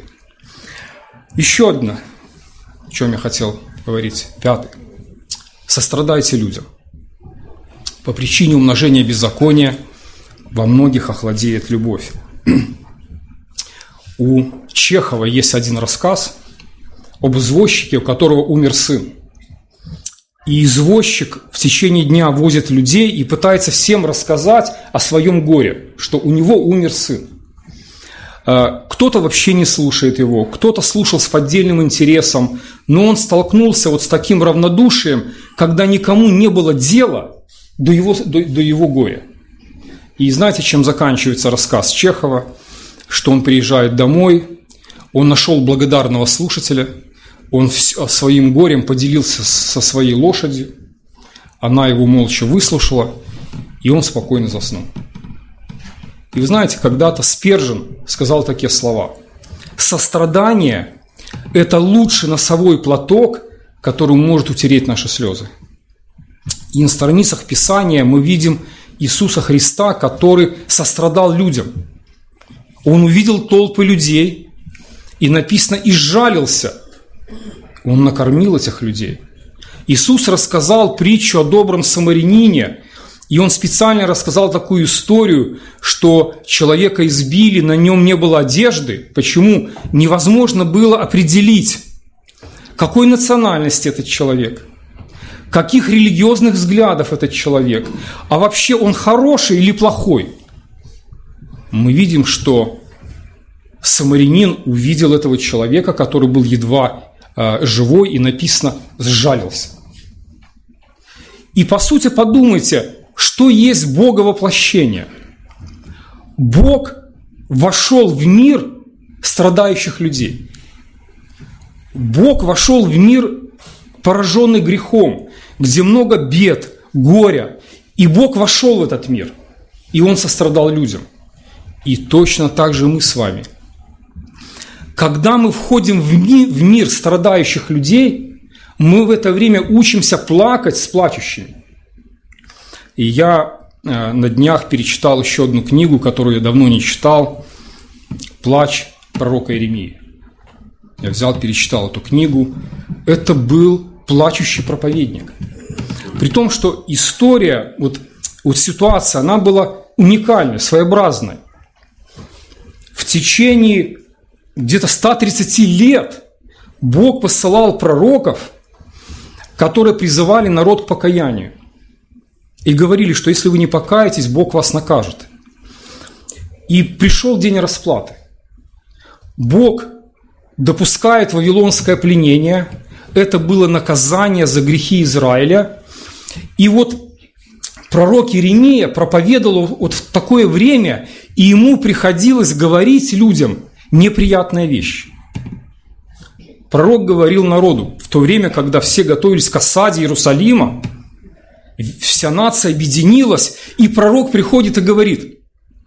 Еще одно, о чем я хотел говорить, 5. Сострадайте людям. По причине умножения беззакония во многих охладеет любовь. У Чехова есть один рассказ, об извозчике, у которого умер сын. И извозчик в течение дня возит людей и пытается всем рассказать о своем горе, что у него умер сын. Кто-то вообще не слушает его, кто-то слушал с поддельным интересом, но он столкнулся вот с таким равнодушием, когда никому не было дела до его горя. И знаете, чем заканчивается рассказ Чехова? Что он приезжает домой, он нашел благодарного слушателя, он своим горем поделился со своей лошадью, она его молча выслушала, и он спокойно заснул. И вы знаете, когда-то Спержен сказал такие слова: «Сострадание – это лучший носовой платок, который может утереть наши слезы». И на страницах Писания мы видим Иисуса Христа, который сострадал людям. Он увидел толпы людей, и написано, и сжалился. Он накормил этих людей. Иисус рассказал притчу о добром самарянине, и он специально рассказал такую историю, что человека избили, на нем не было одежды. Почему? Невозможно было определить, какой национальности этот человек, каких религиозных взглядов этот человек, а вообще он хороший или плохой. Мы видим, что самарянин увидел этого человека, который был едва живой, и написано «сжалился». И по сути подумайте, что есть Боговоплощение. Бог вошел в мир страдающих людей. Бог вошел в мир, пораженный грехом, где много бед, горя. И Бог вошел в этот мир, и Он сострадал людям. И точно так же мы с вами. Когда мы входим в мир страдающих людей, мы в это время учимся плакать с плачущими. И я на днях перечитал еще одну книгу, которую я давно не читал, «Плач пророка Иеремии». Я взял, перечитал эту книгу. Это был плачущий проповедник. При том, что история, вот ситуация, она была уникальной, своеобразной. В течение где-то 130 лет Бог посылал пророков, которые призывали народ к покаянию. И говорили, что если вы не покаетесь, Бог вас накажет. И пришел день расплаты. Бог допускает вавилонское пленение. Это было наказание за грехи Израиля. И вот пророк Иеремия проповедовал вот в такое время, и ему приходилось говорить людям неприятные вещи. Пророк говорил народу в то время, когда все готовились к осаде Иерусалима, вся нация объединилась, и пророк приходит и говорит: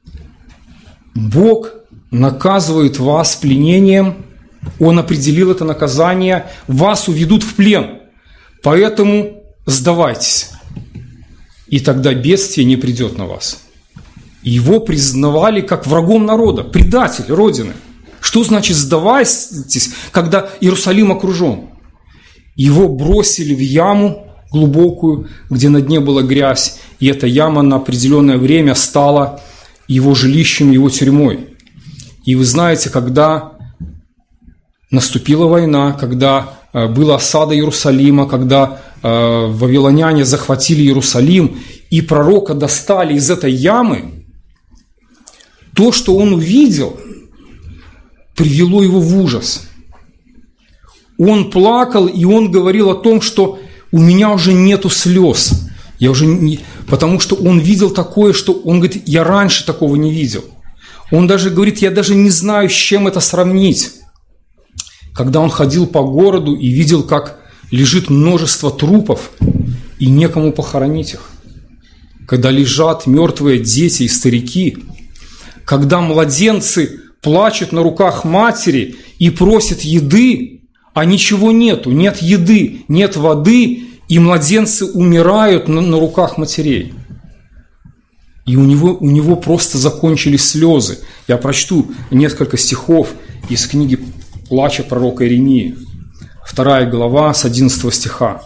Бог наказывает вас пленением, Он определил это наказание, вас уведут в плен, поэтому сдавайтесь, и тогда бедствие не придет на вас. Его признавали как врагом народа, предатель Родины. Что значит сдавайтесь, когда Иерусалим окружен? Его бросили в яму глубокую, где на дне была грязь, и эта яма на определенное время стала его жилищем, его тюрьмой. И вы знаете, когда наступила война, когда была осада Иерусалима, когда вавилоняне захватили Иерусалим, и пророка достали из этой ямы, то, что он увидел, привело его в ужас. Он плакал, и он говорил о том, что у меня уже нету слез. Потому что он видел такое, что он говорит, я раньше такого не видел. Он даже говорит, я даже не знаю, с чем это сравнить. Когда он ходил по городу и видел, как лежит множество трупов, и некому похоронить их. Когда лежат мертвые дети и старики. Когда младенцы плачут на руках матери и просят еды, а ничего нету, нет еды, нет воды, и младенцы умирают на руках матерей. И у него просто закончились слезы. Я прочту несколько стихов из книги «Плача пророка Иеремии», 2 глава с 11 стиха.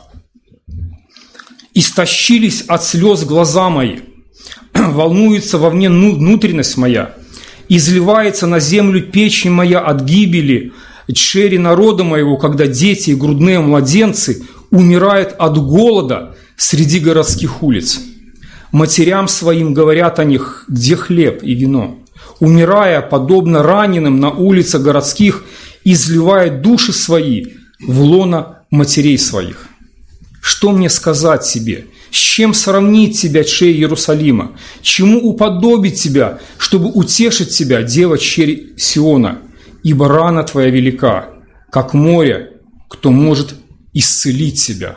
«Истощились от слез глаза мои, волнуется во мне внутренность моя, изливается на землю печень моя от гибели, чери народа моего, когда дети и грудные младенцы умирают от голода среди городских улиц. Матерям своим говорят о них, где хлеб и вино. Умирая, подобно раненым на улицах городских, изливая души свои в лоно матерей своих. Что мне сказать тебе? С чем сравнить тебя, чей Иерусалима? Чему уподобить тебя, чтобы утешить тебя, дева чери Сиона? Ибо рана твоя велика, как море, кто может исцелить тебя.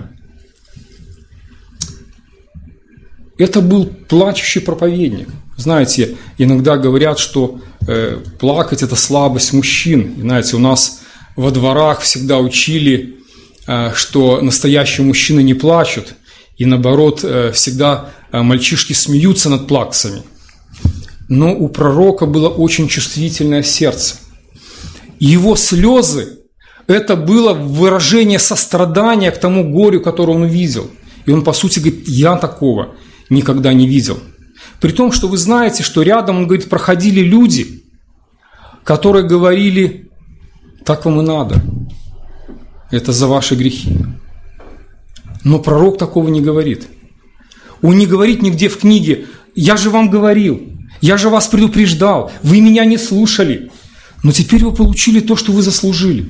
Это был плачущий проповедник. Знаете, иногда говорят, что плакать – это слабость мужчин. И, знаете, у нас во дворах всегда учили, что настоящие мужчины не плачут, и наоборот, всегда мальчишки смеются над плаксами. Но у пророка было очень чувствительное сердце. И его слезы – это было выражение сострадания к тому горю, которое он увидел. И он, по сути, говорит, я такого никогда не видел. При том, что вы знаете, что рядом, он говорит, проходили люди, которые говорили, так вам и надо, это за ваши грехи. Но пророк такого не говорит. Он не говорит нигде в книге, я же вам говорил, я же вас предупреждал, вы меня не слушали, но теперь вы получили то, что вы заслужили.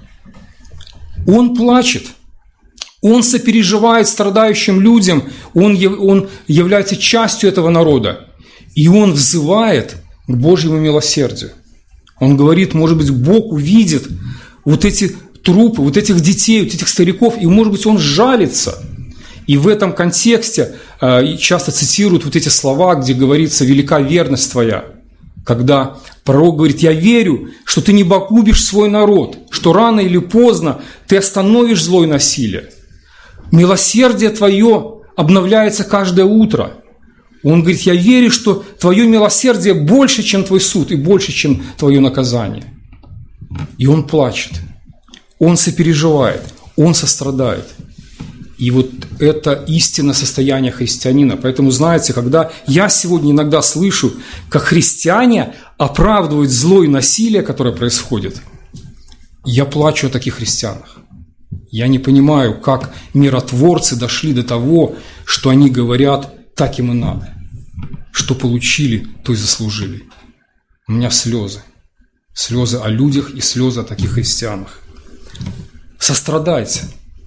Он плачет. Он сопереживает страдающим людям, он является частью этого народа. И он взывает к Божьему милосердию. Он говорит, может быть, Бог увидит вот эти трупы, вот этих детей, вот этих стариков, и, может быть, он жалится. И в этом контексте часто цитируют вот эти слова, где говорится «велика верность твоя», когда пророк говорит, я верю, что ты не погубишь свой народ, что рано или поздно ты остановишь зло и насилие. Милосердие твое обновляется каждое утро. Он говорит, я верю, что твое милосердие больше, чем твой суд, и больше, чем твое наказание. И он плачет, он сопереживает, он сострадает. И вот это истинное состояние христианина. Поэтому, знаете, когда я сегодня иногда слышу, как христиане оправдывают зло и насилие, которое происходит, я плачу о таких христианах. Я не понимаю, как миротворцы дошли до того, что они говорят, так им и надо. Что получили, то и заслужили. У меня слезы. Слезы о людях и слезы о таких христианах. Сострадайте.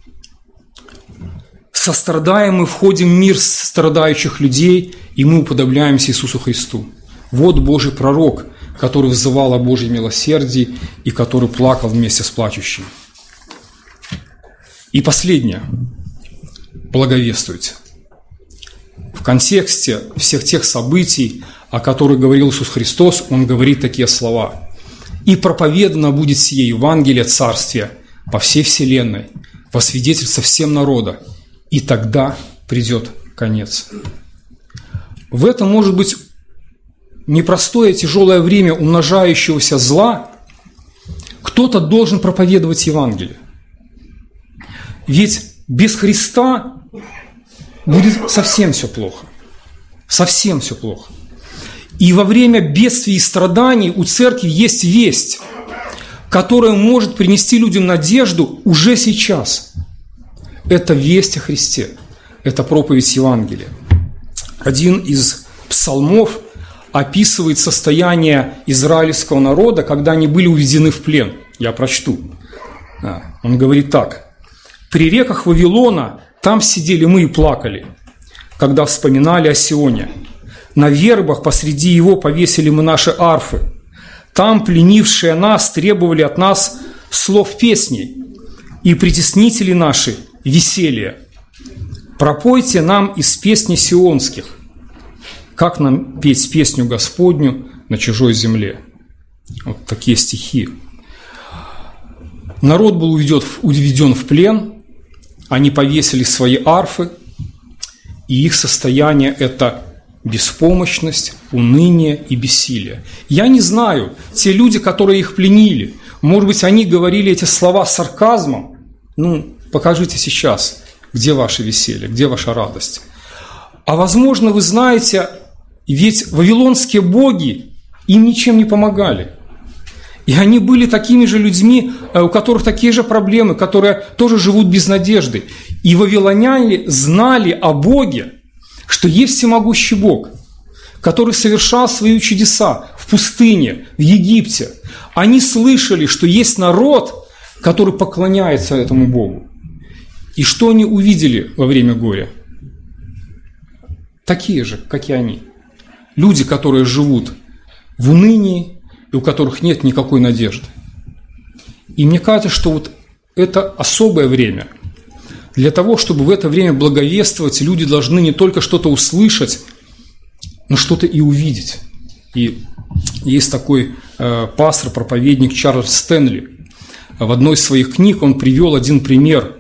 Сострадаем мы входим в мир страдающих людей, и мы уподобляемся Иисусу Христу. Вот Божий пророк, который взывал о Божьем милосердии и который плакал вместе с плачущими. И последнее. Благовествуйте. В контексте всех тех событий, о которых говорил Иисус Христос, Он говорит такие слова. «И проповедано будет сие Евангелие Царствия по всей вселенной, во свидетельство всем народа, и тогда придет конец». В это может быть непростое, тяжелое время умножающегося зла, кто-то должен проповедовать Евангелие. Ведь без Христа будет совсем все плохо. Совсем все плохо. И во время бедствий и страданий у церкви есть весть, которая может принести людям надежду уже сейчас. Это весть о Христе. Это проповедь Евангелия. Один из псалмов описывает состояние израильского народа, когда они были уведены в плен. Я прочту. Он говорит так. «При реках Вавилона там сидели мы и плакали, когда вспоминали о Сионе. На вербах посреди его повесили мы наши арфы. Там пленившие нас требовали от нас слов песней, и притеснители наши – веселья. Пропойте нам из песни сионских, как нам петь песню Господню на чужой земле». Вот такие стихи. Народ был уведен в плен, они повесили свои арфы, и их состояние – это беспомощность, уныние и бессилие. Я не знаю, те люди, которые их пленили, может быть, они говорили эти слова с сарказмом. Покажите сейчас, где ваше веселье, где ваша радость. А возможно, вы знаете, ведь вавилонские боги им ничем не помогали. И они были такими же людьми, у которых такие же проблемы, которые тоже живут без надежды. И вавилоняне знали о Боге, что есть всемогущий Бог, который совершал свои чудеса в пустыне, в Египте. Они слышали, что есть народ, который поклоняется этому Богу. И что они увидели во время горя? Такие же, как и они. Люди, которые живут в унынии, и у которых нет никакой надежды. И мне кажется, что вот это особое время. Для того, чтобы в это время благовествовать, люди должны не только что-то услышать, но что-то и увидеть. И есть такой пастор, проповедник Чарльз Стэнли. В одной из своих книг он привел один пример.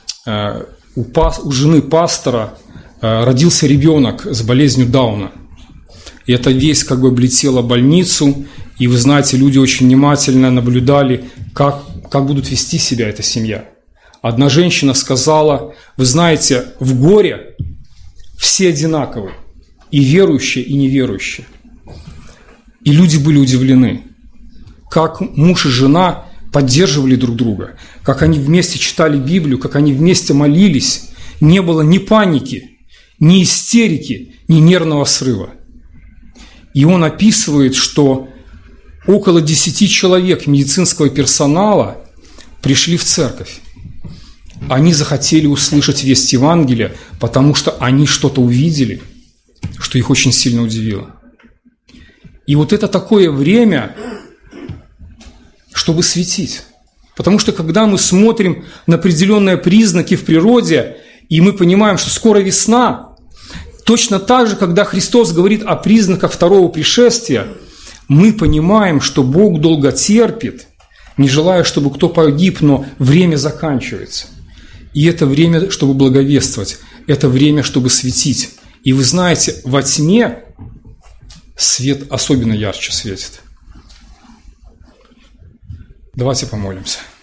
У жены пастора родился ребенок с болезнью Дауна. И эта весть как бы облетела больницу, и вы знаете, люди очень внимательно наблюдали, как будут вести себя эта семья. Одна женщина сказала: вы знаете, в горе все одинаковы, и верующие, и неверующие. И люди были удивлены, как муж и жена поддерживали друг друга, как они вместе читали Библию, как они вместе молились. Не было ни паники, ни истерики, ни нервного срыва. И он описывает, что около 10 человек медицинского персонала пришли в церковь. Они захотели услышать весть Евангелия, потому что они что-то увидели, что их очень сильно удивило. И вот это такое время, чтобы светить. Потому что когда мы смотрим на определенные признаки в природе, и мы понимаем, что скоро весна, точно так же, когда Христос говорит о признаках второго пришествия, мы понимаем, что Бог долго терпит, не желая, чтобы кто погиб, но время заканчивается. И это время, чтобы благовествовать, это время, чтобы светить. И вы знаете, во тьме свет особенно ярче светит. Давайте помолимся.